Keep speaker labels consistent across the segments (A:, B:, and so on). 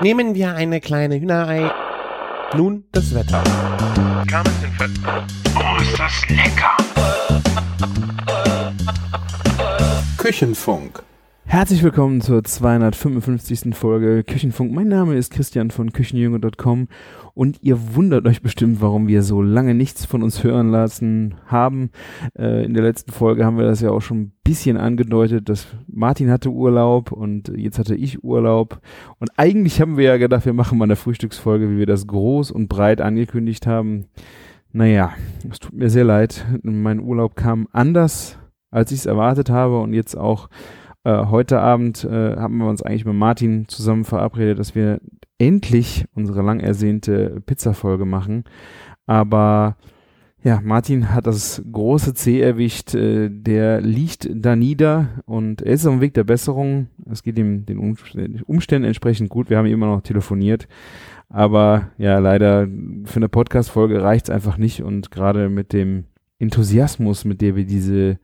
A: Nehmen wir eine kleine Hühnerei. Nun das Wetter.
B: Oh, ist das lecker!
C: Küchenfunk.
D: Herzlich willkommen zur 255. Folge Küchenfunk. Mein Name ist Christian von Küchenjunge.com und ihr wundert euch bestimmt, warum wir so lange nichts von uns hören lassen haben. In der letzten Folge haben wir das ja auch schon ein bisschen angedeutet, dass Martin hatte Urlaub und jetzt hatte ich Urlaub. Und eigentlich haben wir ja gedacht, wir machen mal eine Frühstücksfolge, wie wir das groß und breit angekündigt haben. Naja, es tut mir sehr leid. Mein Urlaub kam anders, als ich es erwartet habe, und jetzt auch heute Abend haben wir uns eigentlich mit Martin zusammen verabredet, dass wir endlich unsere lang ersehnte Pizza-Folge machen. Aber ja, Martin hat das große C erwischt, der liegt da nieder und er ist auf dem Weg der Besserung. Es geht ihm den Umständen entsprechend gut. Wir haben immer noch telefoniert. Aber ja, leider für eine Podcast-Folge reicht es einfach nicht, und gerade mit dem Enthusiasmus, mit der wir diese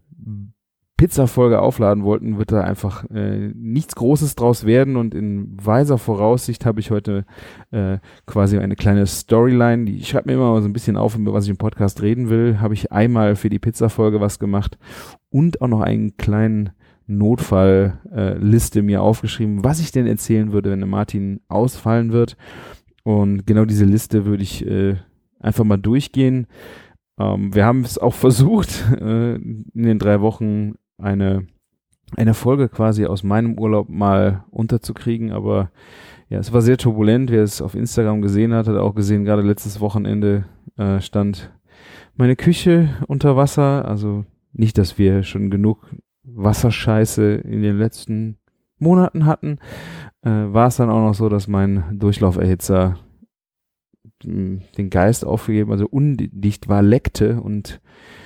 D: Pizza-Folge aufladen wollten, wird da einfach nichts Großes draus werden, und in weiser Voraussicht habe ich heute quasi eine kleine Storyline. Ich schreibe mir immer mal so ein bisschen auf, über was ich im Podcast reden will. Habe ich einmal für die Pizza-Folge was gemacht und auch noch einen kleinen Notfallliste mir aufgeschrieben, was ich denn erzählen würde, wenn der Martin ausfallen wird. Und genau diese Liste würde ich einfach mal durchgehen. Wir haben es auch versucht, in den 3 Wochen eine Folge quasi aus meinem Urlaub mal unterzukriegen, aber ja, es war sehr turbulent. Wer es auf Instagram gesehen hat auch gesehen, gerade letztes Wochenende stand meine Küche unter Wasser. Also nicht, dass wir schon genug Wasserscheiße in den letzten Monaten hatten, war es dann auch noch so, dass mein Durchlauferhitzer den Geist aufgegeben, also undicht war, leckte und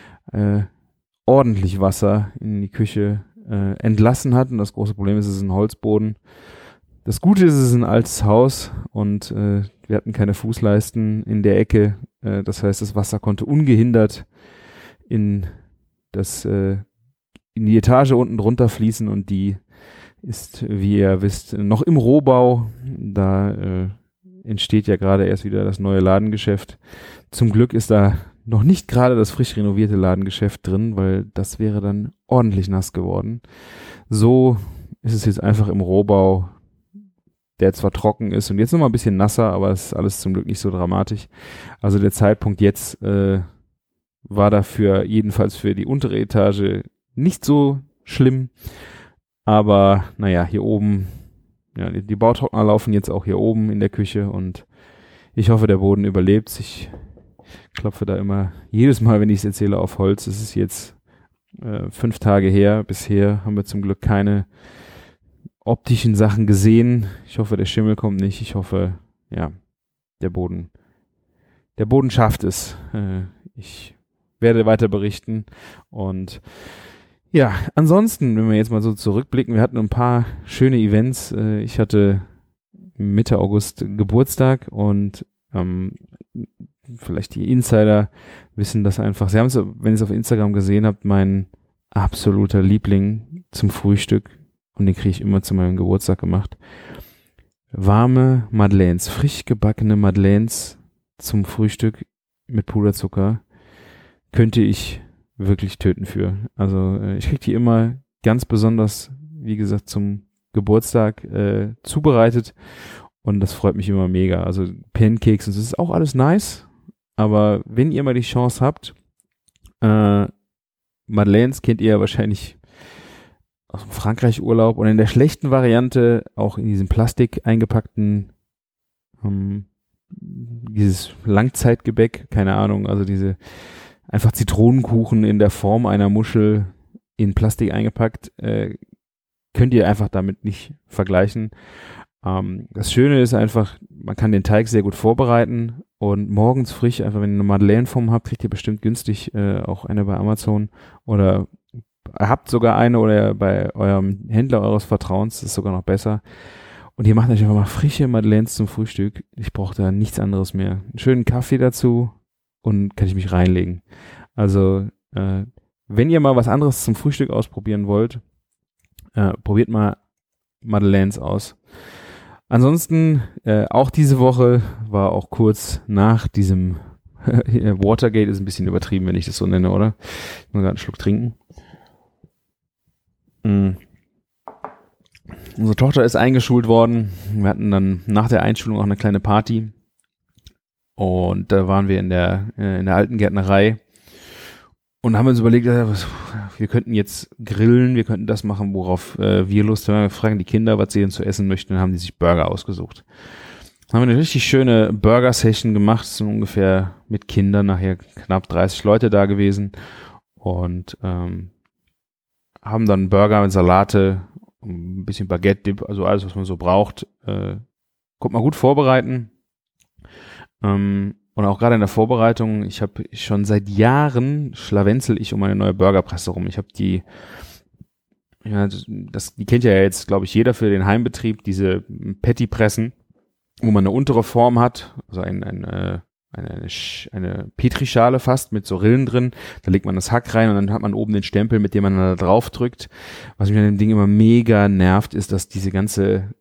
D: ordentlich Wasser in die Küche entlassen hat. Und das große Problem ist, es ist ein Holzboden. Das Gute ist, es ist ein altes Haus und wir hatten keine Fußleisten in der Ecke. Das heißt, das Wasser konnte ungehindert in die Etage unten drunter fließen, und die ist, wie ihr wisst, noch im Rohbau. Da entsteht ja gerade erst wieder das neue Ladengeschäft. Zum Glück ist da noch nicht gerade das frisch renovierte Ladengeschäft drin, weil das wäre dann ordentlich nass geworden. So ist es jetzt einfach im Rohbau, der zwar trocken ist und jetzt nochmal ein bisschen nasser, aber es ist alles zum Glück nicht so dramatisch. Also der Zeitpunkt jetzt war dafür jedenfalls für die untere Etage nicht so schlimm. Aber naja, hier oben, ja, die Bautrockner laufen jetzt auch hier oben in der Küche, und ich hoffe, der Boden überlebt. Ich klopfe da immer jedes Mal, wenn ich es erzähle, auf Holz. Es ist jetzt 5 Tage her. Bisher haben wir zum Glück keine optischen Sachen gesehen. Ich hoffe, der Schimmel kommt nicht. Ich hoffe, ja, der Boden schafft es. Ich werde weiter berichten. Und ja, ansonsten, wenn wir jetzt mal so zurückblicken, wir hatten ein paar schöne Events. Ich hatte Mitte August Geburtstag, und vielleicht die Insider wissen das einfach. Sie haben es, wenn ihr es auf Instagram gesehen habt, mein absoluter Liebling zum Frühstück, und den kriege ich immer zu meinem Geburtstag gemacht. Warme Madeleines, frisch gebackene Madeleines zum Frühstück mit Puderzucker könnte ich wirklich töten für. Also ich kriege die immer ganz besonders, wie gesagt, zum Geburtstag zubereitet, und das freut mich immer mega. Also Pancakes, und das ist auch alles nice, aber wenn ihr mal die Chance habt, Madeleines kennt ihr ja wahrscheinlich aus dem Frankreich-Urlaub, und in der schlechten Variante auch in diesem Plastik eingepackten dieses Langzeitgebäck, keine Ahnung, also diese einfach Zitronenkuchen in der Form einer Muschel in Plastik eingepackt, könnt ihr einfach damit nicht vergleichen. Das Schöne ist einfach, man kann den Teig sehr gut vorbereiten, und morgens frisch, einfach wenn ihr eine Madeleineform habt, kriegt ihr bestimmt günstig auch eine bei Amazon, oder habt sogar eine oder bei eurem Händler eures Vertrauens, das ist sogar noch besser. Und ihr macht euch einfach mal frische Madeleines zum Frühstück. Ich brauche da nichts anderes mehr. Einen schönen Kaffee dazu, und kann ich mich reinlegen. Also, wenn ihr mal was anderes zum Frühstück ausprobieren wollt, probiert mal Madeleines aus. Ansonsten, auch diese Woche war auch kurz nach diesem Watergate, ist ein bisschen übertrieben, wenn ich das so nenne, oder? Ich muss gerade einen Schluck trinken. Unsere Tochter ist eingeschult worden. Wir hatten dann nach der Einschulung auch eine kleine Party. Und da waren wir in der alten Gärtnerei und haben uns überlegt, wir könnten jetzt grillen, wir könnten das machen, worauf wir Lust haben. Wir fragen die Kinder, was sie denn zu essen möchten, dann haben die sich Burger ausgesucht. Dann haben wir eine richtig schöne Burger-Session gemacht, so ungefähr mit Kindern, nachher knapp 30 Leute da gewesen und haben dann Burger mit Salate, ein bisschen Baguette-Dip, also alles, was man so braucht, konnte man gut vorbereiten. Und auch gerade in der Vorbereitung, ich habe schon seit Jahren schlawenzel ich um eine neue Burgerpresse rum. Ich habe die kennt ja jetzt, glaube ich, jeder für den Heimbetrieb, diese Patty-Pressen, wo man eine untere Form hat, also eine Petrischale fast mit so Rillen drin. Da legt man das Hack rein und dann hat man oben den Stempel, mit dem man da drauf drückt. Was mich an dem Ding immer mega nervt, ist, dass diese ganze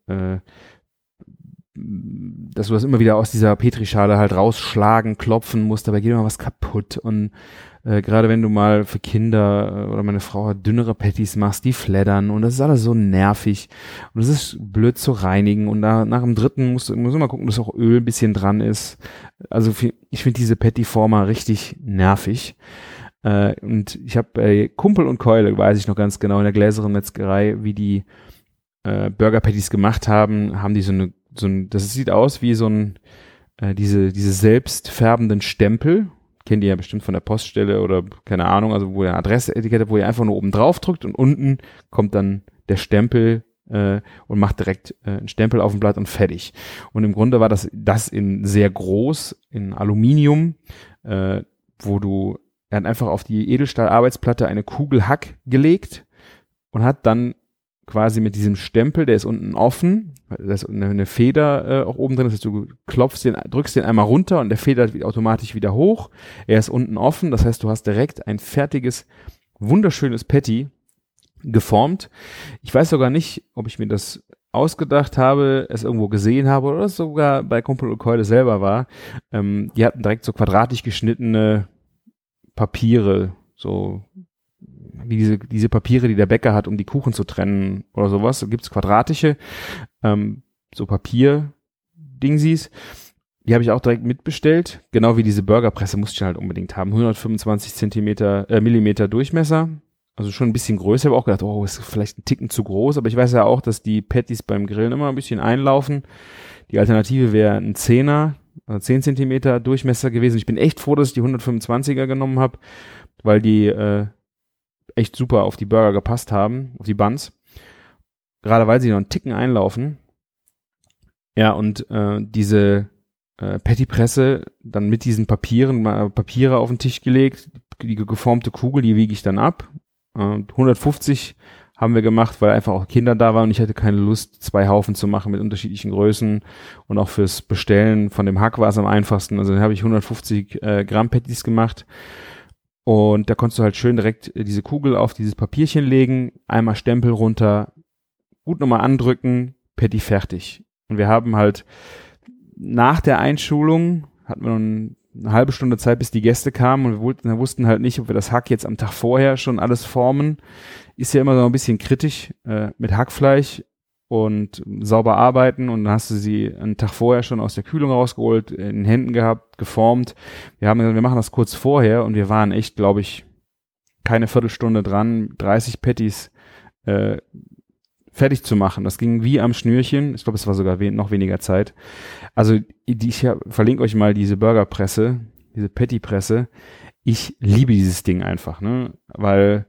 D: dass du das immer wieder aus dieser Petrischale halt rausschlagen, klopfen musst, dabei geht immer was kaputt und gerade wenn du mal für Kinder oder meine Frau hat dünnere Patties machst, die fleddern und das ist alles so nervig und es ist blöd zu reinigen und nach dem dritten musst du mal gucken, dass auch Öl ein bisschen dran ist. Also ich finde diese Patty-Former richtig nervig. Und ich habe bei Kumpel und Keule, weiß ich noch ganz genau, in der Gläseren Metzgerei, wie die Burger-Patties gemacht haben die das sieht aus wie diese selbst färbenden Stempel. Kennt ihr ja bestimmt von der Poststelle oder keine Ahnung, also wo ihr eine Adresseetikette, wo ihr einfach nur oben drauf drückt und unten kommt dann der Stempel und macht direkt einen Stempel auf dem Blatt und fertig. Und im Grunde war das in sehr groß, in Aluminium, er hat einfach auf die Edelstahl-Arbeitsplatte eine Kugel Hack gelegt und hat dann quasi mit diesem Stempel, der ist unten offen, da ist eine Feder auch oben drin, das heißt, du drückst den einmal runter und der federt automatisch wieder hoch. Er ist unten offen, das heißt, du hast direkt ein fertiges, wunderschönes Patty geformt. Ich weiß sogar nicht, ob ich mir das ausgedacht habe, es irgendwo gesehen habe oder es sogar bei Kumpel und Keule selber war. Die hatten direkt so quadratisch geschnittene Papiere, so wie diese Papiere, die der Bäcker hat, um die Kuchen zu trennen oder sowas. Da gibt's quadratische, so Papier-Dingsies. Die habe ich auch direkt mitbestellt. Genau wie diese Burgerpresse musste ich halt unbedingt haben. 125 Millimeter Durchmesser. Also schon ein bisschen größer. Ich habe auch gedacht, ist vielleicht ein Ticken zu groß. Aber ich weiß ja auch, dass die Patties beim Grillen immer ein bisschen einlaufen. Die Alternative wäre ein 10er, also 10 Zentimeter Durchmesser gewesen. Ich bin echt froh, dass ich die 125er genommen habe, weil die echt super auf die Burger gepasst haben, auf die Buns. Gerade weil sie noch einen Ticken einlaufen. Ja, und diese Patty-Presse dann mit diesen Papiere auf den Tisch gelegt, die geformte Kugel, die wiege ich dann ab. 150 haben wir gemacht, weil einfach auch Kinder da waren und ich hatte keine Lust, 2 Haufen zu machen mit unterschiedlichen Größen und auch fürs Bestellen von dem Hack war es am einfachsten. Also dann habe ich 150 Gramm Patties gemacht. Und da konntest du halt schön direkt diese Kugel auf dieses Papierchen legen, einmal Stempel runter, gut nochmal andrücken, Patty fertig. Und wir haben halt nach der Einschulung, hatten wir noch eine halbe Stunde Zeit, bis die Gäste kamen und wir wussten halt nicht, ob wir das Hack jetzt am Tag vorher schon alles formen. Ist ja immer so ein bisschen kritisch mit Hackfleisch und sauber arbeiten und dann hast du sie einen Tag vorher schon aus der Kühlung rausgeholt, in den Händen gehabt, geformt. Wir haben gesagt, wir machen das kurz vorher und wir waren echt, glaube ich, keine Viertelstunde dran, 30 Patties fertig zu machen. Das ging wie am Schnürchen. Ich glaube, es war sogar noch weniger Zeit. Also ich verlinke euch mal diese Burgerpresse, diese Patty-Presse. Ich liebe dieses Ding einfach, ne? Weil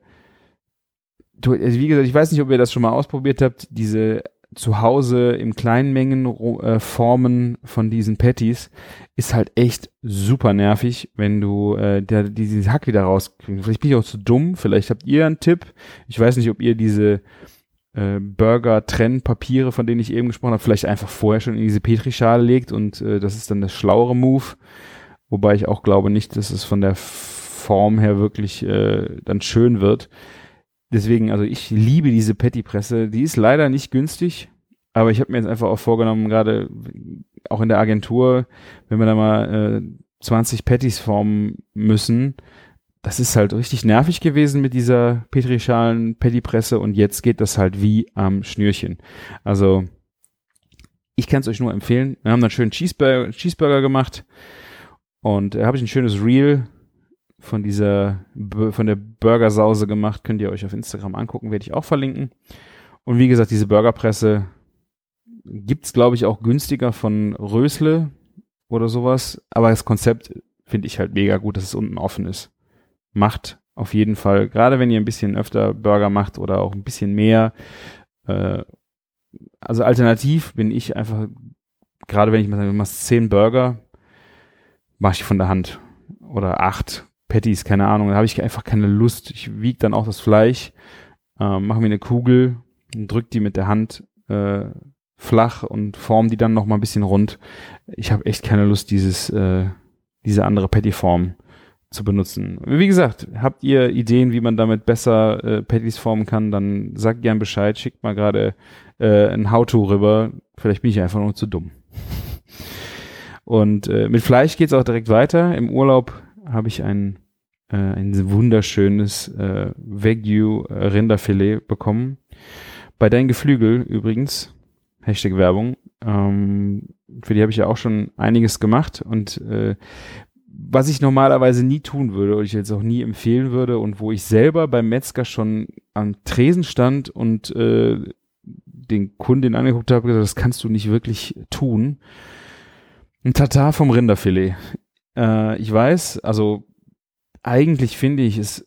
D: also wie gesagt, ich weiß nicht, ob ihr das schon mal ausprobiert habt, diese zu Hause in kleinen Mengen Formen von diesen Patties ist halt echt super nervig, wenn du dieses Hack wieder rauskriegst. Vielleicht bin ich auch zu dumm, vielleicht habt ihr einen Tipp. Ich weiß nicht, ob ihr diese Burger-Trennpapiere, von denen ich eben gesprochen habe, vielleicht einfach vorher schon in diese Petrischale legt und das ist dann der schlauere Move. Wobei ich auch glaube nicht, dass es von der Form her wirklich dann schön wird. Deswegen, also ich liebe diese Patty-Presse. Die ist leider nicht günstig. Aber ich habe mir jetzt einfach auch vorgenommen, gerade auch in der Agentur, wenn wir da mal 20 Patties formen müssen, das ist halt richtig nervig gewesen mit dieser Petrischalen-Patty-Presse und jetzt geht das halt wie am Schnürchen. Also ich kann es euch nur empfehlen. Wir haben dann schön Cheeseburger gemacht und da habe ich ein schönes Reel von der Burgersause gemacht. Könnt ihr euch auf Instagram angucken, werde ich auch verlinken. Und wie gesagt, diese Burgerpresse gibt's, glaube ich, auch günstiger von Rösle oder sowas. Aber das Konzept finde ich halt mega gut, dass es unten offen ist. Macht auf jeden Fall, gerade wenn ihr ein bisschen öfter Burger macht oder auch ein bisschen mehr. Also alternativ bin ich einfach, gerade wenn ich mal sage, du machst 10 Burger, mache ich von der Hand. Oder 8 Patties, keine Ahnung. Da habe ich einfach keine Lust. Ich wiege dann auch das Fleisch, mache mir eine Kugel und drück die mit der Hand flach und form die dann noch mal ein bisschen rund. Ich habe echt keine Lust, diese andere Patty-Form zu benutzen. Wie gesagt, habt ihr Ideen, wie man damit besser Patties formen kann, dann sagt gern Bescheid, schickt mal gerade ein How-To rüber. Vielleicht bin ich einfach nur zu dumm. Und mit Fleisch geht's auch direkt weiter. Im Urlaub habe ich ein wunderschönes Wagyu-Rinderfilet bekommen. Bei Dein Geflügel übrigens, Hashtag Werbung, für die habe ich ja auch schon einiges gemacht und was ich normalerweise nie tun würde oder ich jetzt auch nie empfehlen würde und wo ich selber beim Metzger schon am Tresen stand und den Kunden angeguckt habe, gesagt, das kannst du nicht wirklich tun. Ein Tatar vom Rinderfilet. Ich weiß, also eigentlich finde ich es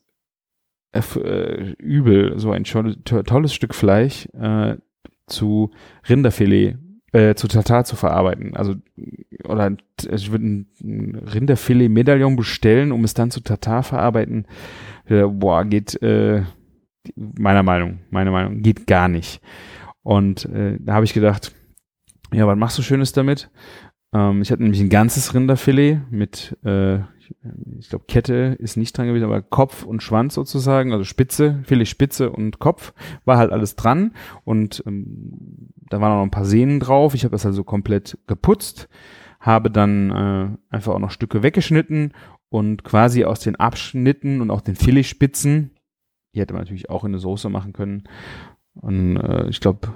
D: übel, so ein tolles Stück Fleisch zu Rinderfilet, zu Tatar zu verarbeiten. Also, oder ich würde ein Rinderfilet-Medaillon bestellen, um es dann zu Tatar verarbeiten. Geht, meine Meinung, geht gar nicht. Und da habe ich gedacht, ja, was machst du Schönes damit? Ich hatte nämlich ein ganzes Rinderfilet mit, ich glaube, Kette ist nicht dran gewesen, aber Kopf und Schwanz sozusagen, also Spitze, Filetspitze und Kopf, war halt alles dran und da waren auch noch ein paar Sehnen drauf. Ich habe das also komplett geputzt, habe dann einfach auch noch Stücke weggeschnitten und quasi aus den Abschnitten und auch den Filetspitzen, die hätte man natürlich auch in eine Soße machen können. Und ich glaube,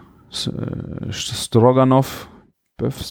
D: Stroganoff, Beef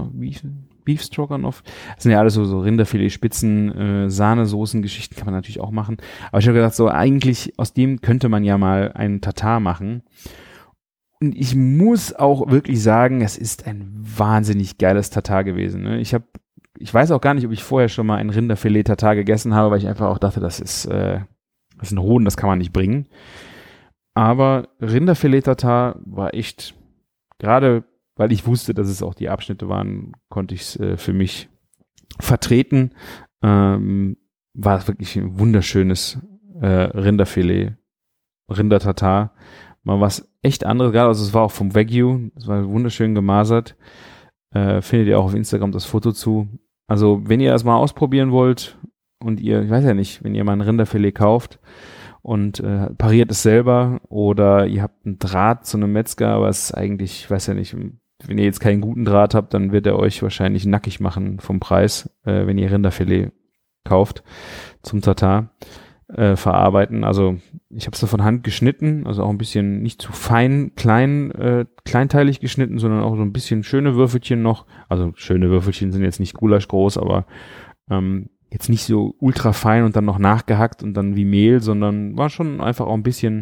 D: Stroganoff. Das sind ja alles so Rinderfilet-Spitzen, Sahnesoßen-Geschichten kann man natürlich auch machen. Aber ich habe gedacht, so eigentlich aus dem könnte man ja mal einen Tatar machen. Und ich muss auch wirklich sagen, es ist ein wahnsinnig geiles Tatar gewesen. Ne? Ich weiß auch gar nicht, ob ich vorher schon mal ein Rinderfilet-Tatar gegessen habe, weil ich einfach auch dachte, das ist ein Hohn, das kann man nicht bringen. Aber Rinderfilet-Tatar war echt, gerade weil ich wusste, dass es auch die Abschnitte waren, konnte ich es für mich vertreten. War es wirklich ein wunderschönes Rinderfilet, Rindertatar. Mal was echt anderes, gerade also es war auch vom Wagyu, es war wunderschön gemasert. Findet ihr auch auf Instagram das Foto zu. Also wenn ihr das mal ausprobieren wollt und ich weiß ja nicht, wenn ihr mal ein Rinderfilet kauft und pariert es selber oder ihr habt einen Draht zu einem Metzger, aber es ist eigentlich, ich weiß ja nicht, wenn ihr jetzt keinen guten Draht habt, dann wird er euch wahrscheinlich nackig machen vom Preis, wenn ihr Rinderfilet kauft zum Tatar verarbeiten. Also ich habe es so von Hand geschnitten, also auch ein bisschen nicht zu fein, kleinteilig geschnitten, sondern auch so ein bisschen schöne Würfelchen noch. Also schöne Würfelchen sind jetzt nicht Gulasch groß, aber jetzt nicht so ultra fein und dann noch nachgehackt und dann wie Mehl, sondern war schon einfach auch ein bisschen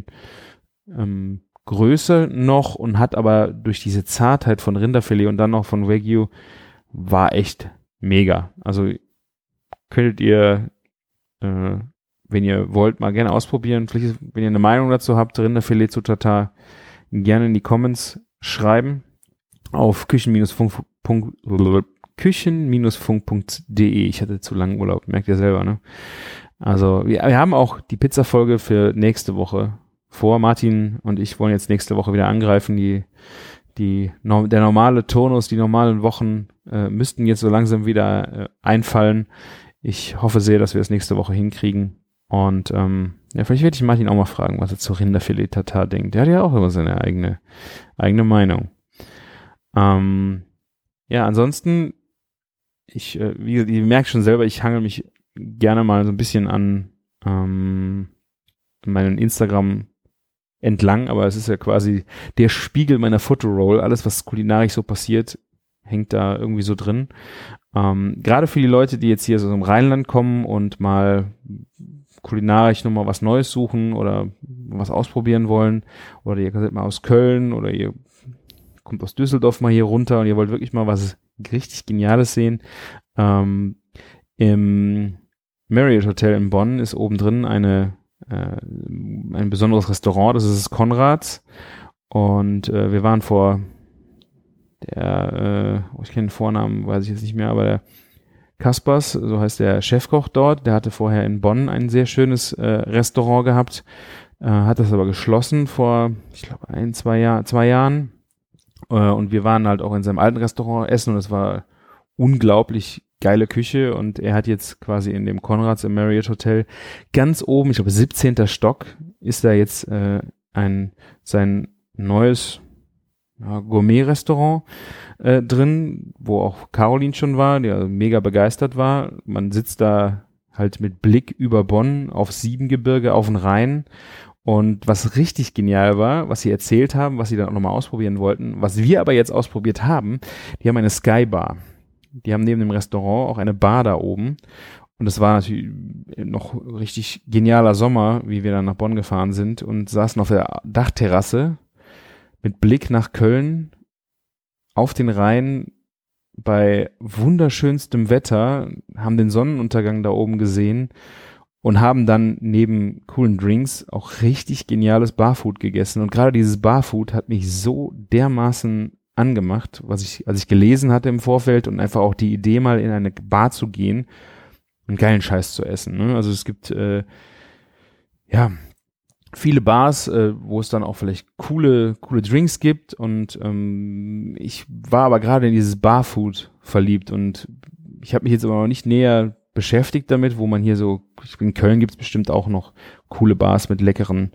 D: Größe noch und hat aber durch diese Zartheit von Rinderfilet und dann noch von Wagyu war echt mega. Also könntet ihr, wenn ihr wollt, mal gerne ausprobieren. Vielleicht, wenn ihr eine Meinung dazu habt, Rinderfilet zu Tatar, gerne in die Comments schreiben auf küchen-funk.de. Ich hatte zu langen Urlaub, merkt ihr selber, ne? Also wir haben auch die Pizza-Folge für nächste Woche vor. Martin und ich wollen jetzt nächste Woche wieder angreifen. Der normale Turnus, die normalen Wochen müssten jetzt so langsam wieder einfallen. Ich hoffe sehr, dass wir es nächste Woche hinkriegen. Und vielleicht werde ich Martin auch mal fragen, was er zu Rinderfilet Tatar denkt. Der hat ja auch immer seine eigene Meinung. Ja, ansonsten, ihr merkt schon selber, ich hangel mich gerne mal so ein bisschen an meinen Instagram entlang, aber es ist ja quasi der Spiegel meiner Fotoroll. Alles, was kulinarisch so passiert, hängt da irgendwie so drin. Gerade für die Leute, die jetzt hier so im Rheinland kommen und mal kulinarisch nochmal was Neues suchen oder was ausprobieren wollen, oder ihr seid mal aus Köln oder ihr kommt aus Düsseldorf mal hier runter und ihr wollt wirklich mal was richtig Geniales sehen. Im Marriott Hotel in Bonn ist oben drin ein besonderes Restaurant, das ist das Konrads. Und wir waren ich kenne den Vornamen, weiß ich jetzt nicht mehr, aber der Kaspers, so heißt der Chefkoch dort, der hatte vorher in Bonn ein sehr schönes Restaurant gehabt, hat das aber geschlossen vor, ich glaube, 2 Jahren. Und wir waren halt auch in seinem alten Restaurant essen und es war unglaublich geile Küche und er hat jetzt quasi in dem Konrads im Marriott Hotel ganz oben, ich glaube 17. Stock, ist da jetzt sein neues Gourmet-Restaurant drin, wo auch Caroline schon war, die also mega begeistert war. Man sitzt da halt mit Blick über Bonn auf Siebengebirge, auf den Rhein. Und was richtig genial war, was sie erzählt haben, was sie dann auch nochmal ausprobieren wollten, was wir aber jetzt ausprobiert haben, die haben eine Skybar. Die haben neben dem Restaurant auch eine Bar da oben. Und es war natürlich noch richtig genialer Sommer, wie wir dann nach Bonn gefahren sind und saßen auf der Dachterrasse mit Blick nach Köln auf den Rhein bei wunderschönstem Wetter, haben den Sonnenuntergang da oben gesehen und haben dann neben coolen Drinks auch richtig geniales Barfood gegessen. Und gerade dieses Barfood hat mich so dermaßen angemacht, als ich gelesen hatte im Vorfeld und einfach auch die Idee, mal in eine Bar zu gehen, einen geilen Scheiß zu essen. Ne? Also es gibt viele Bars, wo es dann auch vielleicht coole Drinks gibt und ich war aber gerade in dieses Barfood verliebt und ich habe mich jetzt aber noch nicht näher beschäftigt damit, wo man hier so, in Köln gibt es bestimmt auch noch coole Bars mit leckerem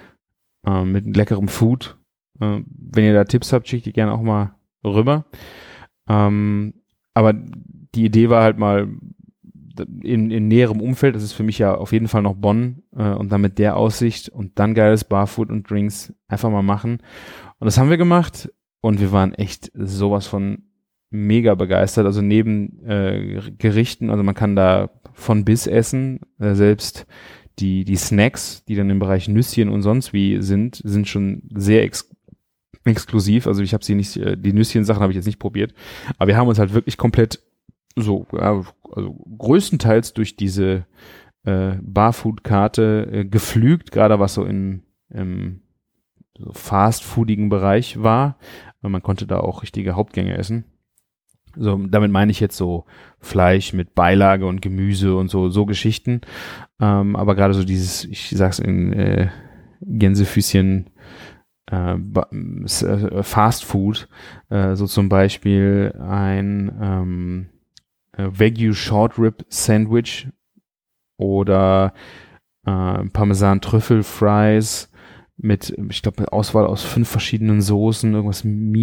D: Food. Wenn ihr da Tipps habt, schickt die gerne auch mal rüber. Aber die Idee war halt mal in näherem Umfeld, das ist für mich ja auf jeden Fall noch Bonn und dann mit der Aussicht und dann geiles Barfood und Drinks einfach mal machen. Und das haben wir gemacht und wir waren echt sowas von mega begeistert. Also neben Gerichten, also man kann da von bis essen, selbst die Snacks, die dann im Bereich Nüsschen und sonst wie sind schon sehr exklusiv. Also ich habe die Nüsschen-Sachen habe ich jetzt nicht probiert, aber wir haben uns halt wirklich komplett so, also größtenteils durch diese Barfood-Karte geflügt, gerade was so im so fast-foodigen Bereich war. Man konnte da auch richtige Hauptgänge essen. So, damit meine ich jetzt so Fleisch mit Beilage und Gemüse und so Geschichten. Aber gerade so dieses, ich sag's in Gänsefüßchen, Fast Food, so zum Beispiel ein Wagyu Short Rib Sandwich oder Parmesan Trüffel Fries mit, ich glaube, Auswahl aus 5 verschiedenen Soßen, irgendwas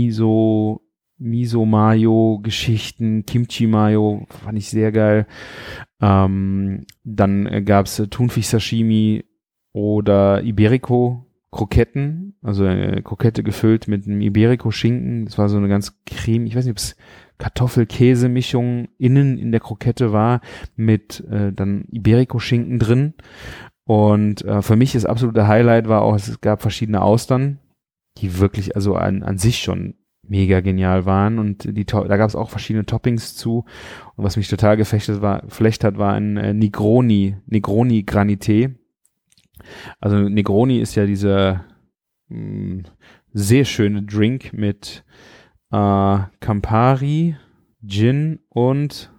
D: Miso-Mayo-Geschichten, Kimchi-Mayo, fand ich sehr geil. Dann gab's Thunfisch-Sashimi oder Iberico-Kroketten, also eine Krokette gefüllt mit einem Iberico-Schinken. Das war so eine ganz creme, ich weiß nicht, ob es Kartoffel-Käse-Mischung innen in der Krokette war, mit dann Iberico-Schinken drin. Und für mich das absolute Highlight war auch, es gab verschiedene Austern, die wirklich also an sich schon mega genial waren und da gab es auch verschiedene Toppings zu und was mich total geflecht hat, war ein Negroni Granité. Also Negroni ist ja dieser sehr schöne Drink mit Campari, Gin und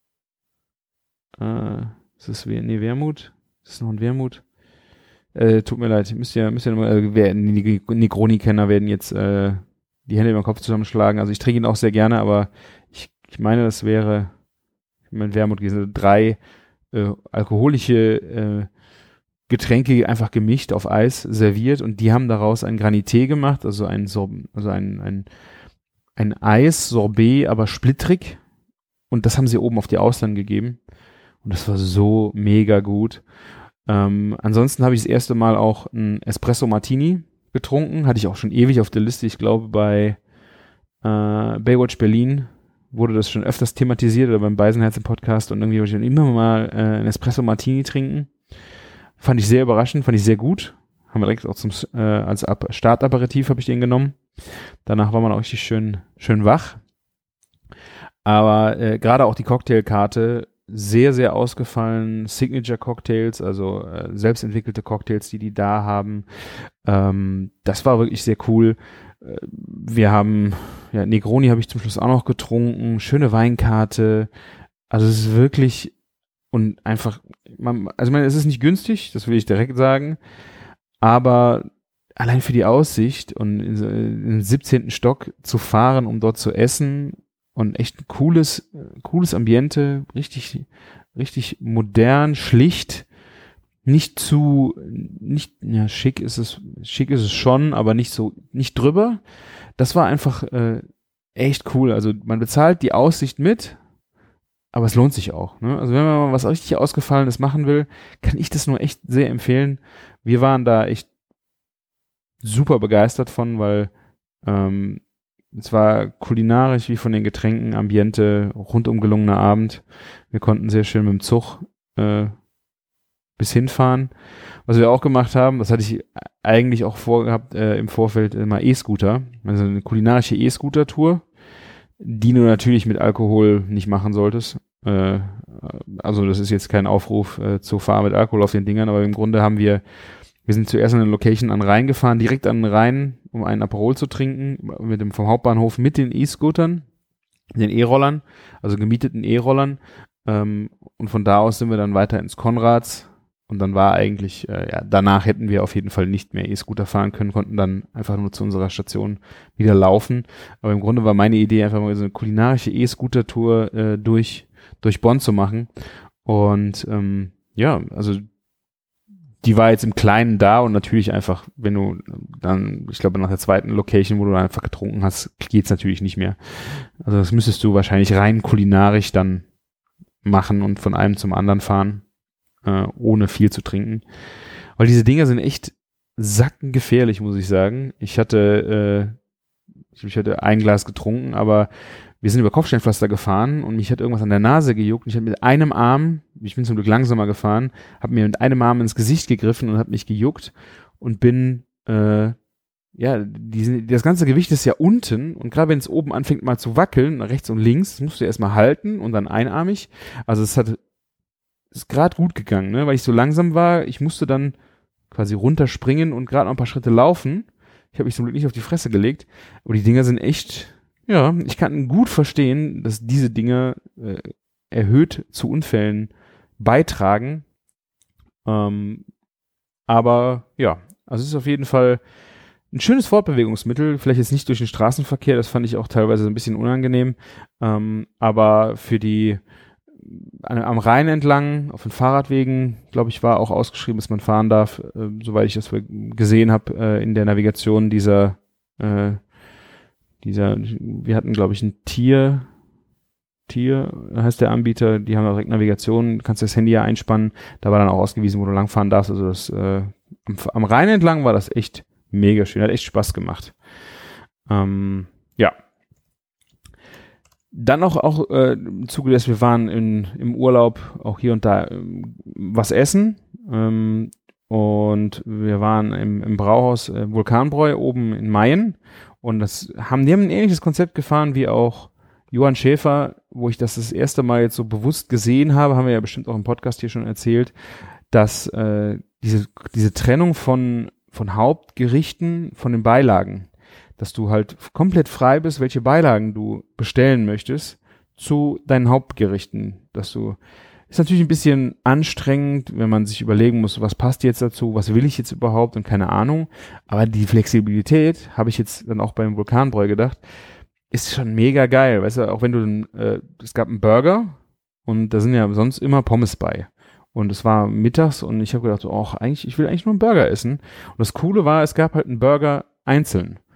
D: ist das Wermut? Ist das noch ein Wermut? Tut mir leid, müsst ihr mal, die Negroni-Kenner werden jetzt die Hände über den Kopf zusammenschlagen. Also ich trinke ihn auch sehr gerne, aber ich meine, das wäre mein Wermut gewesen. 3 alkoholische Getränke einfach gemischt auf Eis serviert und die haben daraus ein Granité gemacht, also ein ein Eis-Sorbet, aber splittrig. Und das haben sie oben auf die Austern gegeben. Und das war so mega gut. Ansonsten habe ich das erste Mal auch ein Espresso Martini getrunken. Hatte ich auch schon ewig auf der Liste. Ich glaube, bei Baywatch Berlin wurde das schon öfters thematisiert oder beim Beisenherzen-Podcast. Und irgendwie wollte ich dann immer mal ein Espresso Martini trinken. Fand ich sehr überraschend, fand ich sehr gut. Haben wir direkt auch als Startaperitif habe ich den genommen. Danach war man auch richtig schön wach. Aber gerade auch die Cocktailkarte, sehr, sehr ausgefallen. Signature-Cocktails, also selbstentwickelte Cocktails, die da haben. Das war wirklich sehr cool. Wir haben, Negroni habe ich zum Schluss auch noch getrunken. Schöne Weinkarte. Also es ist wirklich und einfach, es ist nicht günstig, das will ich direkt sagen. Aber allein für die Aussicht und in den 17. Stock zu fahren, um dort zu essen und echt ein cooles Ambiente, richtig modern, schlicht, schick ist es schon, aber nicht drüber. Das war einfach echt cool. Also man bezahlt die Aussicht mit, aber es lohnt sich auch. Ne? Also wenn man mal was richtig Ausgefallenes machen will, kann ich das nur echt sehr empfehlen. Wir waren da echt super begeistert von, weil es war kulinarisch wie von den Getränken, Ambiente, rundum gelungener Abend. Wir konnten sehr schön mit dem Zug bis hinfahren. Was wir auch gemacht haben, das hatte ich eigentlich auch vorgehabt im Vorfeld, mal E-Scooter, also eine kulinarische E-Scooter-Tour, die du natürlich mit Alkohol nicht machen solltest. Also das ist jetzt kein Aufruf zur Fahr mit Alkohol auf den Dingern, aber im Grunde wir sind zuerst an eine Location an den Rhein gefahren, direkt an den Rhein, um einen Aperol zu trinken, vom Hauptbahnhof mit den E-Scootern, den E-Rollern, also gemieteten E-Rollern. Und von da aus sind wir dann weiter ins Konrads. Und dann war eigentlich, danach hätten wir auf jeden Fall nicht mehr E-Scooter fahren können, konnten dann einfach nur zu unserer Station wieder laufen. Aber im Grunde war meine Idee, einfach mal so eine kulinarische E-Scooter-Tour durch Bonn zu machen. Und also die war jetzt im Kleinen da und natürlich einfach, wenn du dann, ich glaube nach der zweiten Location, wo du einfach getrunken hast, geht's natürlich nicht mehr. Also das müsstest du wahrscheinlich rein kulinarisch dann machen und von einem zum anderen fahren, ohne viel zu trinken. Weil diese Dinger sind echt sackengefährlich, muss ich sagen. Ich hatte ein Glas getrunken, aber wir sind über Kopfsteinpflaster gefahren und mich hat irgendwas an der Nase gejuckt. Ich habe mit einem Arm, ich bin zum Glück langsamer gefahren, habe mir mit einem Arm ins Gesicht gegriffen und hat mich gejuckt und bin, das ganze Gewicht ist ja unten und gerade wenn es oben anfängt mal zu wackeln, rechts und links, musst du erstmal halten und dann einarmig. Also ist gerade gut gegangen, ne, weil ich so langsam war. Ich musste dann quasi runterspringen und gerade noch ein paar Schritte laufen. Ich habe mich zum Glück nicht auf die Fresse gelegt, aber die Dinger sind echt. Ja, ich kann gut verstehen, dass diese Dinge erhöht zu Unfällen beitragen. Aber ja, also es ist auf jeden Fall ein schönes Fortbewegungsmittel. Vielleicht jetzt nicht durch den Straßenverkehr, das fand ich auch teilweise ein bisschen unangenehm. Aber für am Rhein entlang, auf den Fahrradwegen, glaube ich, war auch ausgeschrieben, dass man fahren darf, soweit ich das gesehen habe in der Navigation wir hatten, glaube ich, ein Tier heißt der Anbieter, die haben auch direkt Navigation, du kannst das Handy ja einspannen, da war dann auch ausgewiesen, wo du langfahren darfst, also das am Rhein entlang war das echt mega schön, hat echt Spaß gemacht. Ja. Dann auch im Zuge des, wir waren im Urlaub auch hier und da was essen und wir waren im Brauhaus Vulkanbräu oben in Mayen. Und die haben ein ähnliches Konzept gefahren wie auch Johann Schäfer, wo ich das erste Mal jetzt so bewusst gesehen habe, haben wir ja bestimmt auch im Podcast hier schon erzählt, dass diese Trennung von Hauptgerichten von den Beilagen, dass du halt komplett frei bist, welche Beilagen du bestellen möchtest zu deinen Hauptgerichten, ist natürlich ein bisschen anstrengend, wenn man sich überlegen muss, was passt jetzt dazu, was will ich jetzt überhaupt und keine Ahnung. Aber die Flexibilität, habe ich jetzt dann auch beim Vulkanbräu gedacht, ist schon mega geil. Weißt du, auch wenn du es gab einen Burger und da sind ja sonst immer Pommes bei. Und es war mittags und ich habe gedacht, ich will eigentlich nur einen Burger essen. Und das Coole war, es gab halt einen Burger einzeln.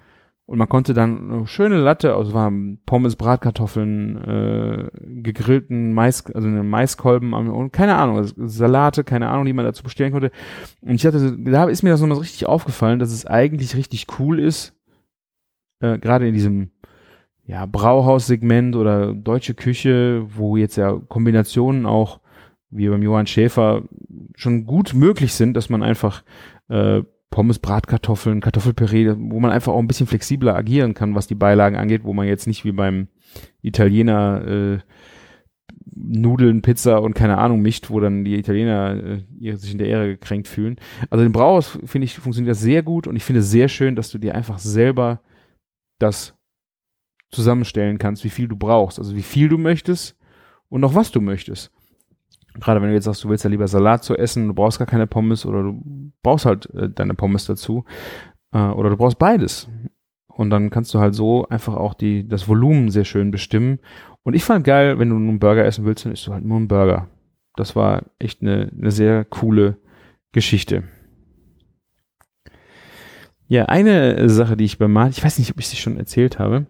D: Und man konnte dann eine schöne Latte, also waren Pommes, Bratkartoffeln, gegrillten also eine Maiskolben und keine Ahnung, also Salate, keine Ahnung, die man dazu bestellen konnte. Und da ist mir das nochmal so richtig aufgefallen, dass es eigentlich richtig cool ist, gerade in diesem Brauhaussegment oder deutsche Küche, wo jetzt ja Kombinationen auch wie beim Johann Schäfer schon gut möglich sind, dass man einfach Pommes, Bratkartoffeln, Kartoffelpüree, wo man einfach auch ein bisschen flexibler agieren kann, was die Beilagen angeht, wo man jetzt nicht wie beim Italiener Nudeln, Pizza und keine Ahnung mischt, wo dann die Italiener sich in der Ehre gekränkt fühlen. Also im Brauhaus, finde ich, funktioniert das sehr gut und ich finde es sehr schön, dass du dir einfach selber das zusammenstellen kannst, wie viel du brauchst, also wie viel du möchtest und noch was du möchtest. Gerade wenn du jetzt sagst, du willst ja lieber Salat zu essen, du brauchst gar keine Pommes oder du brauchst halt deine Pommes dazu oder du brauchst beides. Und dann kannst du halt so einfach auch das Volumen sehr schön bestimmen. Und ich fand geil, wenn du einen Burger essen willst, dann isst du halt nur einen Burger. Das war echt eine sehr coole Geschichte. Ja, eine Sache, die ich bei Martin, ich weiß nicht, ob ich sie schon erzählt habe.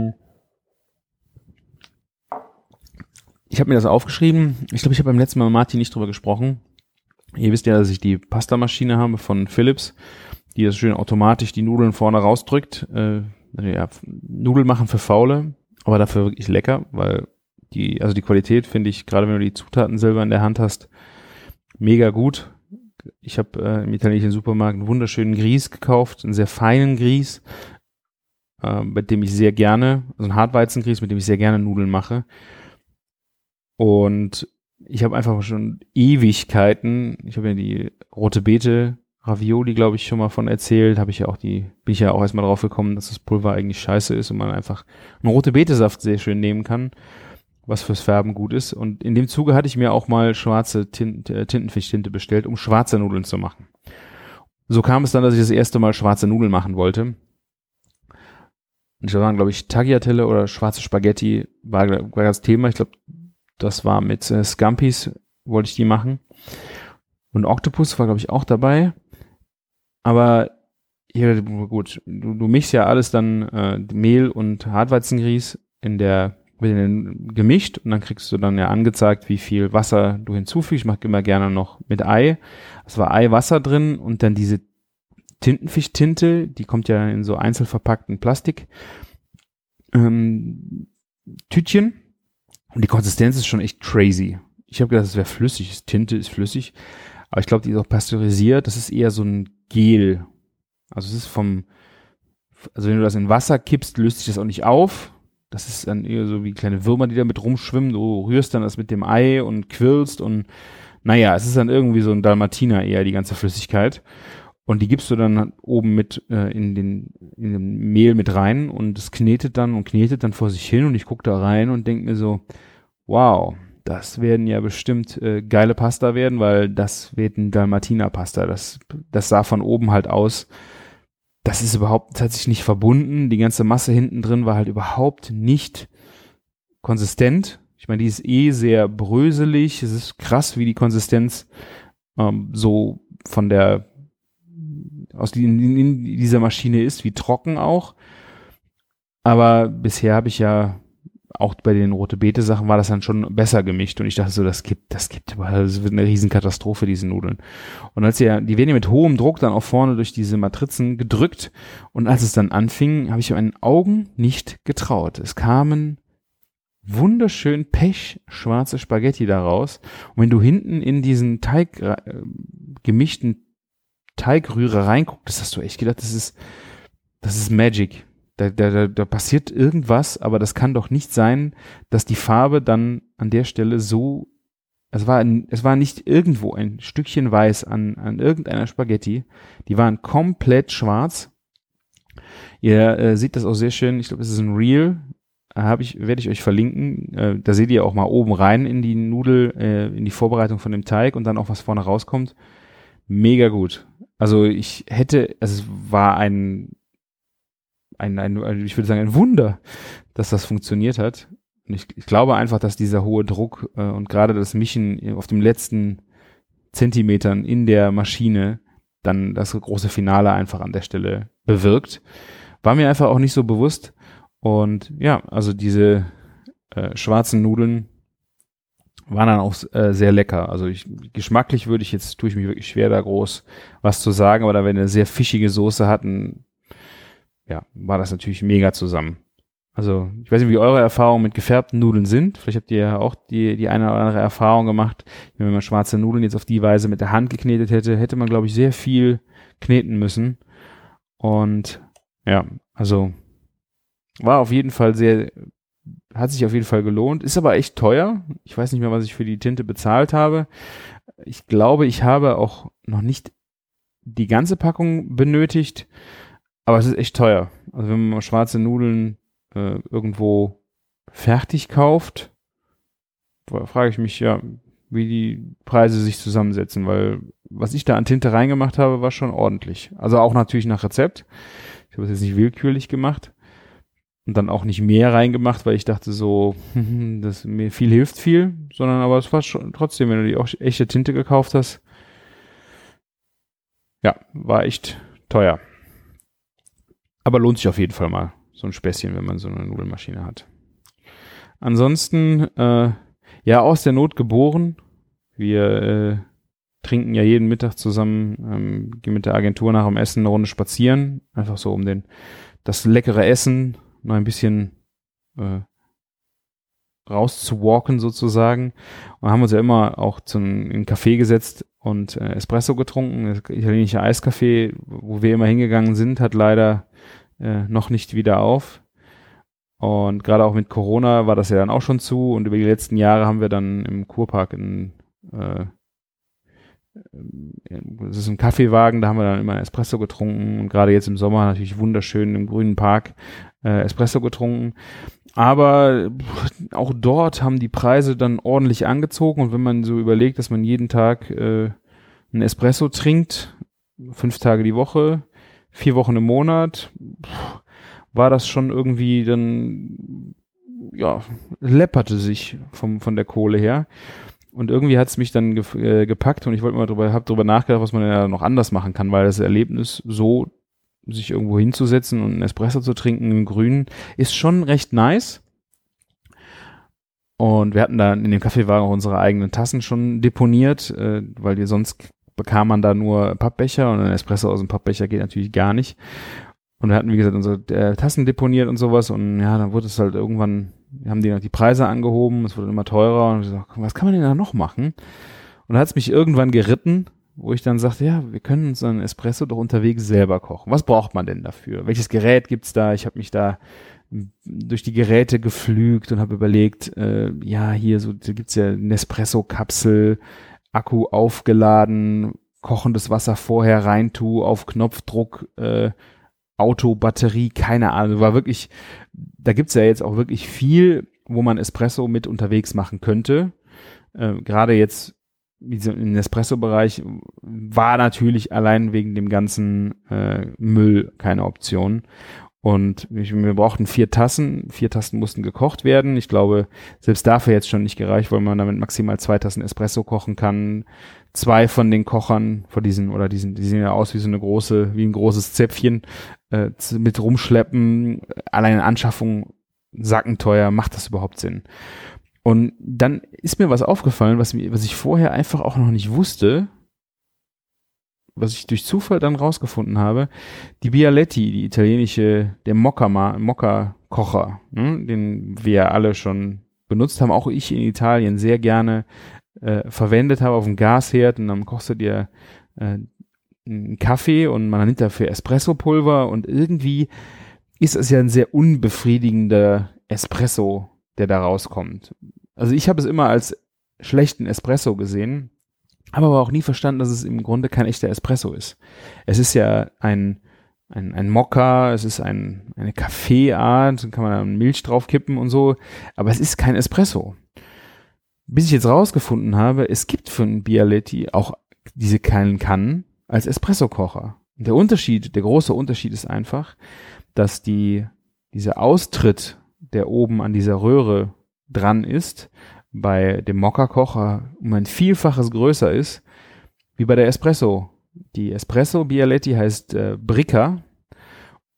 D: Ich habe mir das aufgeschrieben. Ich glaube, ich habe beim letzten Mal mit Martin nicht drüber gesprochen. Ihr wisst ja, dass ich die Pastamaschine habe von Philips, die das schön automatisch die Nudeln vorne rausdrückt. Nudeln machen für Faule, aber dafür wirklich lecker, weil die Qualität finde ich, gerade wenn du die Zutaten selber in der Hand hast, mega gut. Ich habe im italienischen Supermarkt einen wunderschönen Grieß gekauft, einen sehr feinen Grieß, mit dem ich sehr gerne, also einen Hartweizengrieß, mit dem ich sehr gerne Nudeln mache. Und ich habe einfach schon Ewigkeiten, ich habe ja die rote Beete Ravioli, glaube ich, schon mal von erzählt, bin ich ja auch erstmal drauf gekommen, dass das Pulver eigentlich scheiße ist und man einfach einen rote Beete-Saft sehr schön nehmen kann, was fürs Färben gut ist. Und in dem Zuge hatte ich mir auch mal schwarze Tintenfischtinte bestellt, um schwarze Nudeln zu machen. So kam es dann, dass ich das erste Mal schwarze Nudeln machen wollte. Und da waren, glaube ich, Tagliatelle oder schwarze Spaghetti war das Thema. Ich glaube, das war mit Scampis, wollte ich die machen. Und Octopus war, glaube ich, auch dabei. Aber hier, gut, du mischst ja alles dann Mehl und Hartweizengrieß gemischt und dann kriegst du dann ja angezeigt, wie viel Wasser du hinzufügst. Ich mache immer gerne noch mit Ei. Es war Eiwasser drin und dann diese Tintenfischtinte, die kommt ja in so einzeln verpackten Plastik Tütchen. Und die Konsistenz ist schon echt crazy. Ich habe gedacht, es wäre flüssig. Tinte ist flüssig. Aber ich glaube, die ist auch pasteurisiert. Das ist eher so ein Gel. Also es ist wenn du das in Wasser kippst, löst sich das auch nicht auf. Das ist dann eher so wie kleine Würmer, die da mit rumschwimmen. Du rührst dann das mit dem Ei und quirlst und naja, es ist dann irgendwie so ein Dalmatiner eher, die ganze Flüssigkeit. Und die gibst du dann oben mit in dem Mehl mit rein und es knetet dann vor sich hin und ich gucke da rein und denke mir so, wow, das werden ja bestimmt geile Pasta werden, weil das wird ein Dalmatiner-Pasta. Das sah von oben halt aus. Das hat sich nicht verbunden. Die ganze Masse hinten drin war halt überhaupt nicht konsistent. Ich meine, die ist sehr bröselig. Es ist krass, wie die Konsistenz so von in dieser Maschine ist, wie trocken auch. Aber bisher habe ich ja auch bei den rote Beete Sachen war das dann schon besser gemischt und ich dachte so, das wird eine Riesenkatastrophe, diese Nudeln. Und die werden ja mit hohem Druck dann auch vorne durch diese Matrizen gedrückt und als es dann anfing, habe ich meinen Augen nicht getraut. Es kamen wunderschön pechschwarze Spaghetti daraus und wenn du hinten in diesen gemischten Teigrühre reinguckt, hast du echt gedacht, das ist Magic. Da passiert irgendwas, aber das kann doch nicht sein, dass die Farbe dann an der Stelle so, es war nicht irgendwo ein Stückchen weiß an irgendeiner Spaghetti, die waren komplett schwarz. Ihr seht das auch sehr schön, ich glaube, es ist ein Reel, werde ich euch verlinken, da seht ihr auch mal oben rein in die Nudel, in die Vorbereitung von dem Teig und dann auch was vorne rauskommt. Mega gut. Also es war ich würde sagen, ein Wunder, dass das funktioniert hat. Und ich glaube einfach, dass dieser hohe Druck und gerade das Mischen auf den letzten Zentimetern in der Maschine dann das große Finale einfach an der Stelle bewirkt. war mir einfach auch nicht so bewusst. Und ja, also diese schwarzen Nudeln waren dann auch sehr lecker. Also geschmacklich tue ich mich wirklich schwer, da groß was zu sagen, aber da wir eine sehr fischige Soße hatten, ja, war das natürlich mega zusammen. Also ich weiß nicht, wie eure Erfahrungen mit gefärbten Nudeln sind. Vielleicht habt ihr ja auch die eine oder andere Erfahrung gemacht. Wenn man schwarze Nudeln jetzt auf die Weise mit der Hand geknetet hätte man, glaube ich, sehr viel kneten müssen. Und ja, also war auf jeden Fall hat sich auf jeden Fall gelohnt. Ist aber echt teuer. Ich weiß nicht mehr, was ich für die Tinte bezahlt habe. Ich glaube, ich habe auch noch nicht die ganze Packung benötigt, aber es ist echt teuer. Also wenn man mal schwarze Nudeln irgendwo fertig kauft, frage ich mich ja, wie die Preise sich zusammensetzen, weil was ich da an Tinte reingemacht habe, war schon ordentlich. Also auch natürlich nach Rezept. Ich habe es jetzt nicht willkürlich gemacht und dann auch nicht mehr reingemacht, weil ich dachte so, das mir viel hilft viel, sondern aber es war schon trotzdem, wenn du die auch echte Tinte gekauft hast, ja, war echt teuer. Aber lohnt sich auf jeden Fall mal. So ein Späßchen, wenn man so eine Nudelmaschine hat. Ansonsten, ja, aus der Not geboren. Wir trinken ja jeden Mittag zusammen, gehen mit der Agentur nach dem Essen eine Runde spazieren. Einfach so, um das leckere Essen noch ein bisschen rauszuwalken sozusagen. Und haben uns ja immer auch in einen Café gesetzt und Espresso getrunken. Das italienische Eiskaffee, wo wir immer hingegangen sind, hat leider noch nicht wieder auf. Und gerade auch mit Corona war das ja dann auch schon zu. Und über die letzten Jahre haben wir dann im Kurpark das ist ein Kaffeewagen, da haben wir dann immer Espresso getrunken. Und gerade jetzt im Sommer natürlich wunderschön im grünen Park Espresso getrunken. Aber auch dort haben die Preise dann ordentlich angezogen. Und wenn man so überlegt, dass man jeden Tag einen Espresso trinkt, 5 Tage die Woche, 4 Wochen im Monat, war das schon irgendwie dann, ja, läpperte sich von der Kohle her. Und irgendwie hat es mich dann gepackt und ich wollte mal hab drüber nachgedacht, was man ja noch anders machen kann, weil das Erlebnis so, sich irgendwo hinzusetzen und einen Espresso zu trinken im Grünen, ist schon recht nice. Und wir hatten da in dem Kaffeewagen auch unsere eigenen Tassen schon deponiert, weil wir sonst bekam man da nur Pappbecher und ein Espresso aus dem Pappbecher geht natürlich gar nicht. Und wir hatten, wie gesagt, unsere Tassen deponiert und sowas und ja, dann wurde es halt irgendwann, haben die noch die Preise angehoben, es wurde immer teurer und ich so, was kann man denn da noch machen? Und da hat es mich irgendwann geritten, wo ich dann sagte, ja, wir können uns einen Espresso doch unterwegs selber kochen. Was braucht man denn dafür? Welches Gerät gibt's da? Ich habe mich da durch die Geräte geflügt und habe überlegt, ja, hier so, da gibt's ja eine Nespresso-Kapsel, Akku aufgeladen, kochendes Wasser vorher reintue, auf Knopfdruck, Auto, Batterie, keine Ahnung, war wirklich, da gibt's ja jetzt auch wirklich viel, wo man Espresso mit unterwegs machen könnte. Gerade jetzt im Espresso-Bereich war natürlich allein wegen dem ganzen Müll keine Option. Und wir brauchten 4 Tassen. 4 Tassen mussten gekocht werden. Ich glaube, selbst dafür jetzt schon nicht gereicht, weil man damit maximal 2 Tassen Espresso kochen kann. 2 von den Kochern, die sehen ja aus wie ein großes Zäpfchen, mit rumschleppen. Alleine Anschaffung sackenteuer, macht das überhaupt Sinn? Und dann ist mir was aufgefallen, was ich vorher einfach auch noch nicht wusste, was ich durch Zufall dann rausgefunden habe. Die Bialetti, die italienische, der Mokka-Kocher, ne, den wir alle schon benutzt haben, auch ich in Italien sehr gerne verwendet habe auf dem Gasherd und dann kochst du dir einen Kaffee und man nimmt dafür Espresso-Pulver und irgendwie ist es ja ein sehr unbefriedigender Espresso, der da rauskommt. Also ich habe es immer als schlechten Espresso gesehen, habe aber auch nie verstanden, dass es im Grunde kein echter Espresso ist. Es ist ja ein Mokka, es ist eine Kaffeeart, dann kann man da Milch drauf kippen und so, aber es ist kein Espresso. Bis ich jetzt rausgefunden habe, es gibt für einen Bialetti auch diese kleinen Kannen als Espresso-Kocher. Der große Unterschied ist einfach, dass dieser Austritt, der oben an dieser Röhre dran ist, bei dem Mokka-Kocher um ein Vielfaches größer ist, wie bei der Espresso. Die Espresso Bialetti heißt Bricca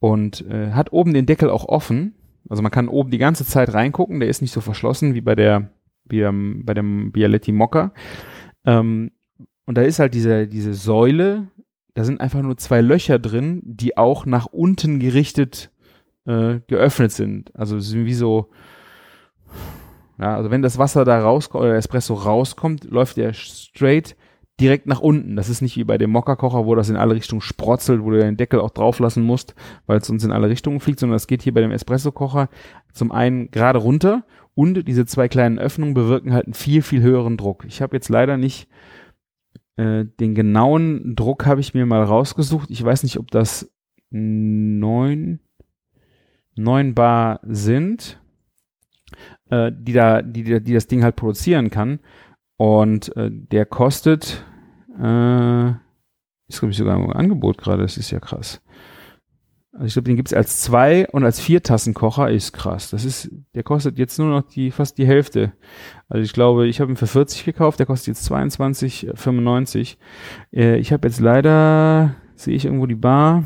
D: und hat oben den Deckel auch offen. Also man kann oben die ganze Zeit reingucken, der ist nicht so verschlossen wie bei dem Bialetti Mokka. Und da ist halt diese Säule, da sind einfach nur 2 Löcher drin, die auch nach unten gerichtet geöffnet sind. Also es sind wie so, ja, also wenn das Wasser da rauskommt oder der Espresso rauskommt, läuft der straight direkt nach unten. Das ist nicht wie bei dem Mokka-Kocher, wo das in alle Richtungen sprotzelt, wo du den Deckel auch drauf lassen musst, weil es sonst in alle Richtungen fliegt, sondern das geht hier bei dem Espresso-Kocher zum einen gerade runter und diese 2 kleinen Öffnungen bewirken halt einen viel, viel höheren Druck. Ich habe jetzt leider nicht den genauen Druck habe ich mir mal rausgesucht. Ich weiß nicht, ob das 9 Bar sind, die das Ding halt produzieren kann. Und der kostet, ist glaube ich sogar im Angebot gerade, das ist ja krass. Also ich glaube, den gibt's als 2 und als 4 Tassenkocher, ist krass. Der kostet jetzt nur noch fast die Hälfte. Also ich glaube, ich habe ihn für 40 gekauft, der kostet jetzt 22,95. Ich habe jetzt leider, sehe ich irgendwo die Bar,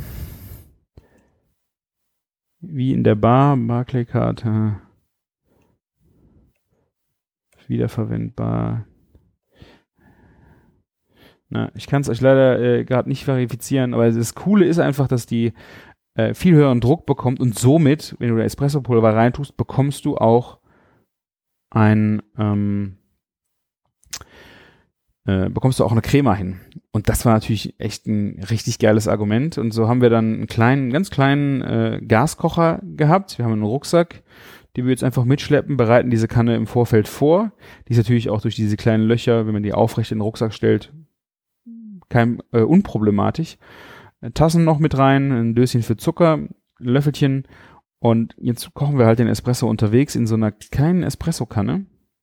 D: wie in der Barclaycard, wiederverwendbar. Na, ich kann es euch leider gerade nicht verifizieren, aber das Coole ist einfach, dass die viel höheren Druck bekommt und somit, wenn du da Espressopulver reintust, bekommst du auch bekommst du auch eine Crema hin. Und das war natürlich echt ein richtig geiles Argument. Und so haben wir dann einen ganz kleinen Gaskocher gehabt. Wir haben einen Rucksack, den wir jetzt einfach mitschleppen, bereiten diese Kanne im Vorfeld vor. Die ist natürlich auch durch diese kleinen Löcher, wenn man die aufrecht in den Rucksack stellt, unproblematisch. Tassen noch mit rein, ein Döschen für Zucker, ein Löffelchen und jetzt kochen wir halt den Espresso unterwegs in so einer kleinen Espresso-Kanne.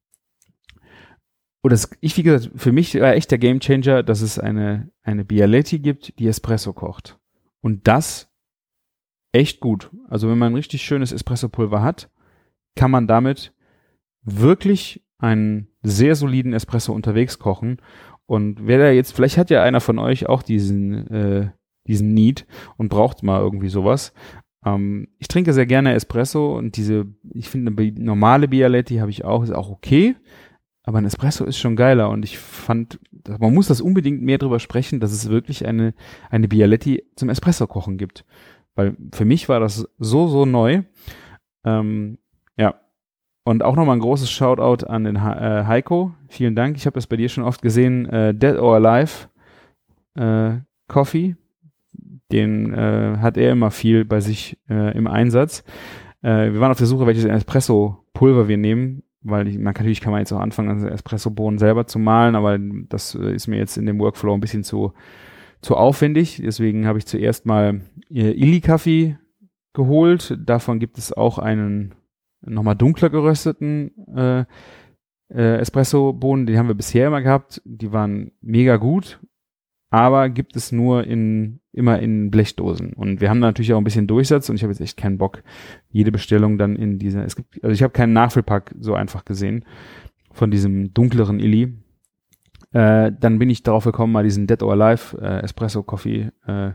D: Und wie gesagt, für mich war echt der Gamechanger, dass es eine Bialetti gibt, die Espresso kocht. Und das echt gut. Also wenn man ein richtig schönes Espressopulver hat, kann man damit wirklich einen sehr soliden Espresso unterwegs kochen. Und wer da jetzt, vielleicht hat ja einer von euch auch diesen Need und braucht mal irgendwie sowas. Ich trinke sehr gerne Espresso und ich finde eine normale Bialetti habe ich auch, ist auch okay, aber ein Espresso ist schon geiler und ich fand, man muss das unbedingt mehr drüber sprechen, dass es wirklich eine Bialetti zum Espresso kochen gibt, weil für mich war das so neu. Ja. Und auch nochmal ein großes Shoutout an den Heiko. Vielen Dank. Ich habe das bei dir schon oft gesehen. Dead or Alive Coffee. Den hat er immer viel bei sich im Einsatz. Wir waren auf der Suche, welches Espresso-Pulver wir nehmen, weil natürlich kann man jetzt auch anfangen, also Espresso-Bohnen selber zu mahlen, aber das ist mir jetzt in dem Workflow ein bisschen zu aufwendig. Deswegen habe ich zuerst mal Illy-Kaffee geholt. Davon gibt es auch einen nochmal dunkler gerösteten Espresso-Bohnen. Die haben wir bisher immer gehabt. Die waren mega gut, aber gibt es nur immer in Blechdosen. Und wir haben da natürlich auch ein bisschen Durchsatz und ich habe jetzt echt keinen Bock, jede Bestellung dann in dieser, ich habe keinen Nachfüllpack so einfach gesehen von diesem dunkleren Illy. Dann bin ich darauf gekommen, mal diesen Dead or Alive Espresso Coffee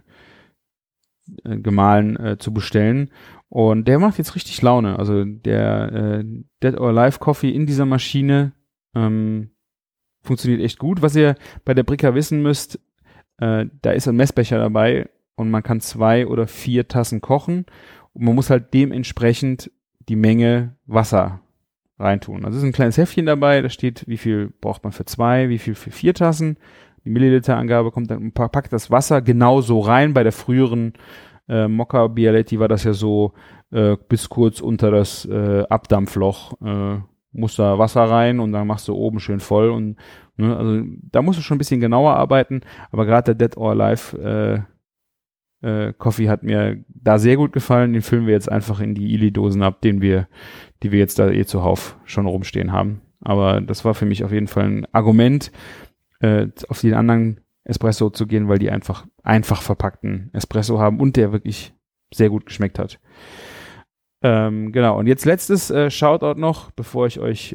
D: gemahlen zu bestellen. Und der macht jetzt richtig Laune. Also der Dead or Alive Coffee in dieser Maschine funktioniert echt gut. Was ihr bei der Bricka wissen müsst, da ist ein Messbecher dabei und man kann 2 oder 4 Tassen kochen und man muss halt dementsprechend die Menge Wasser reintun. Also es ist ein kleines Heftchen dabei, da steht, wie viel braucht man für 2, wie viel für 4 Tassen. Die Milliliterangabe kommt dann, packt das Wasser genau so rein. Bei der früheren Mokka Bialetti war das ja so bis kurz unter das Abdampfloch muss da Wasser rein und dann machst du oben schön voll und ne, also da musst du schon ein bisschen genauer arbeiten, aber gerade der Dead or Alive Coffee hat mir da sehr gut gefallen, den füllen wir jetzt einfach in die Illy-Dosen ab, die wir jetzt da zuhauf schon rumstehen haben, aber das war für mich auf jeden Fall ein Argument, auf den anderen Espresso zu gehen, weil die einfach verpackten Espresso haben und der wirklich sehr gut geschmeckt hat. Genau, und jetzt letztes Shoutout noch, bevor ich euch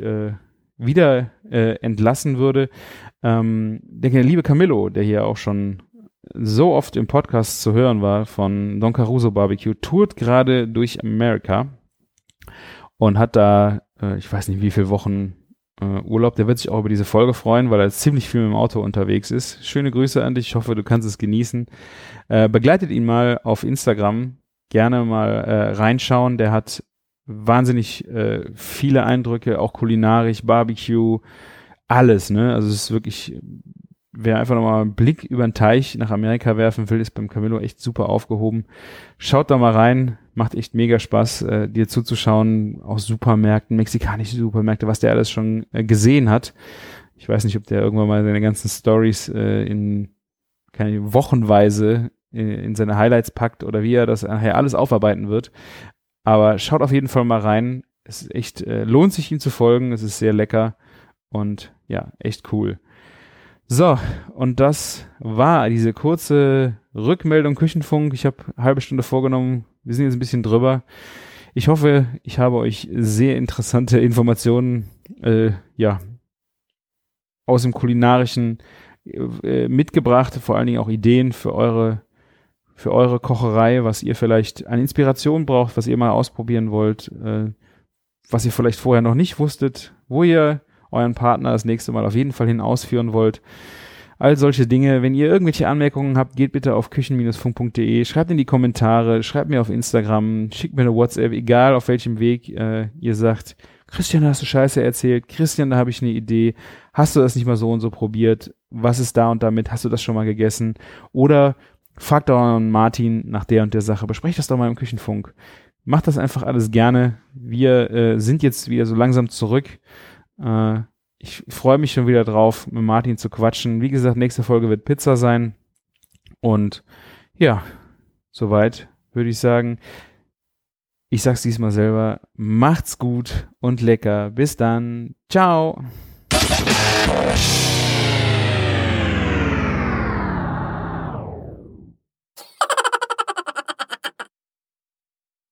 D: wieder entlassen würde. Der liebe Camillo, der hier auch schon so oft im Podcast zu hören war von Don Caruso Barbecue, tourt gerade durch Amerika und hat da, ich weiß nicht wie viele Wochen Urlaub. Der wird sich auch über diese Folge freuen, weil er ziemlich viel mit dem Auto unterwegs ist. Schöne Grüße an dich. Ich hoffe, du kannst es genießen. Begleitet ihn mal auf Instagram. Gerne mal reinschauen. Der hat wahnsinnig viele Eindrücke, auch kulinarisch, Barbecue, alles, ne? Also es ist wirklich, wer einfach nochmal einen Blick über den Teich nach Amerika werfen will, ist beim Camillo echt super aufgehoben. Schaut da mal rein, macht echt mega Spaß, dir zuzuschauen, aus Supermärkten, mexikanische Supermärkte, was der alles schon gesehen hat. Ich weiß nicht, ob der irgendwann mal seine ganzen Stories wochenweise in seine Highlights packt oder wie er das nachher alles aufarbeiten wird. Aber schaut auf jeden Fall mal rein. Es ist echt, lohnt sich ihm zu folgen. Es ist sehr lecker und ja, echt cool. So, und das war diese kurze Rückmeldung Küchenfunk. Ich habe eine halbe Stunde vorgenommen. Wir sind jetzt ein bisschen drüber. Ich hoffe, ich habe euch sehr interessante Informationen aus dem Kulinarischen mitgebracht, vor allen Dingen auch Ideen für eure Kocherei, was ihr vielleicht an Inspiration braucht, was ihr mal ausprobieren wollt, was ihr vielleicht vorher noch nicht wusstet, wo ihr euren Partner das nächste Mal auf jeden Fall hin ausführen wollt. All solche Dinge. Wenn ihr irgendwelche Anmerkungen habt, geht bitte auf küchen-funk.de, schreibt in die Kommentare, schreibt mir auf Instagram, schickt mir eine WhatsApp, egal auf welchem Weg ihr sagt, Christian, da hast du Scheiße erzählt, Christian, da habe ich eine Idee, hast du das nicht mal so und so probiert, was ist da und damit, hast du das schon mal gegessen? Oder fragt doch an Martin nach der und der Sache, besprecht das doch mal im Küchenfunk. Macht das einfach alles gerne. Wir sind jetzt wieder so langsam zurück. Ich freue mich schon wieder drauf, mit Martin zu quatschen. Wie gesagt, nächste Folge wird Pizza sein. Und ja, soweit würde ich sagen, ich sag's diesmal selber, macht's gut und lecker. Bis dann. Ciao.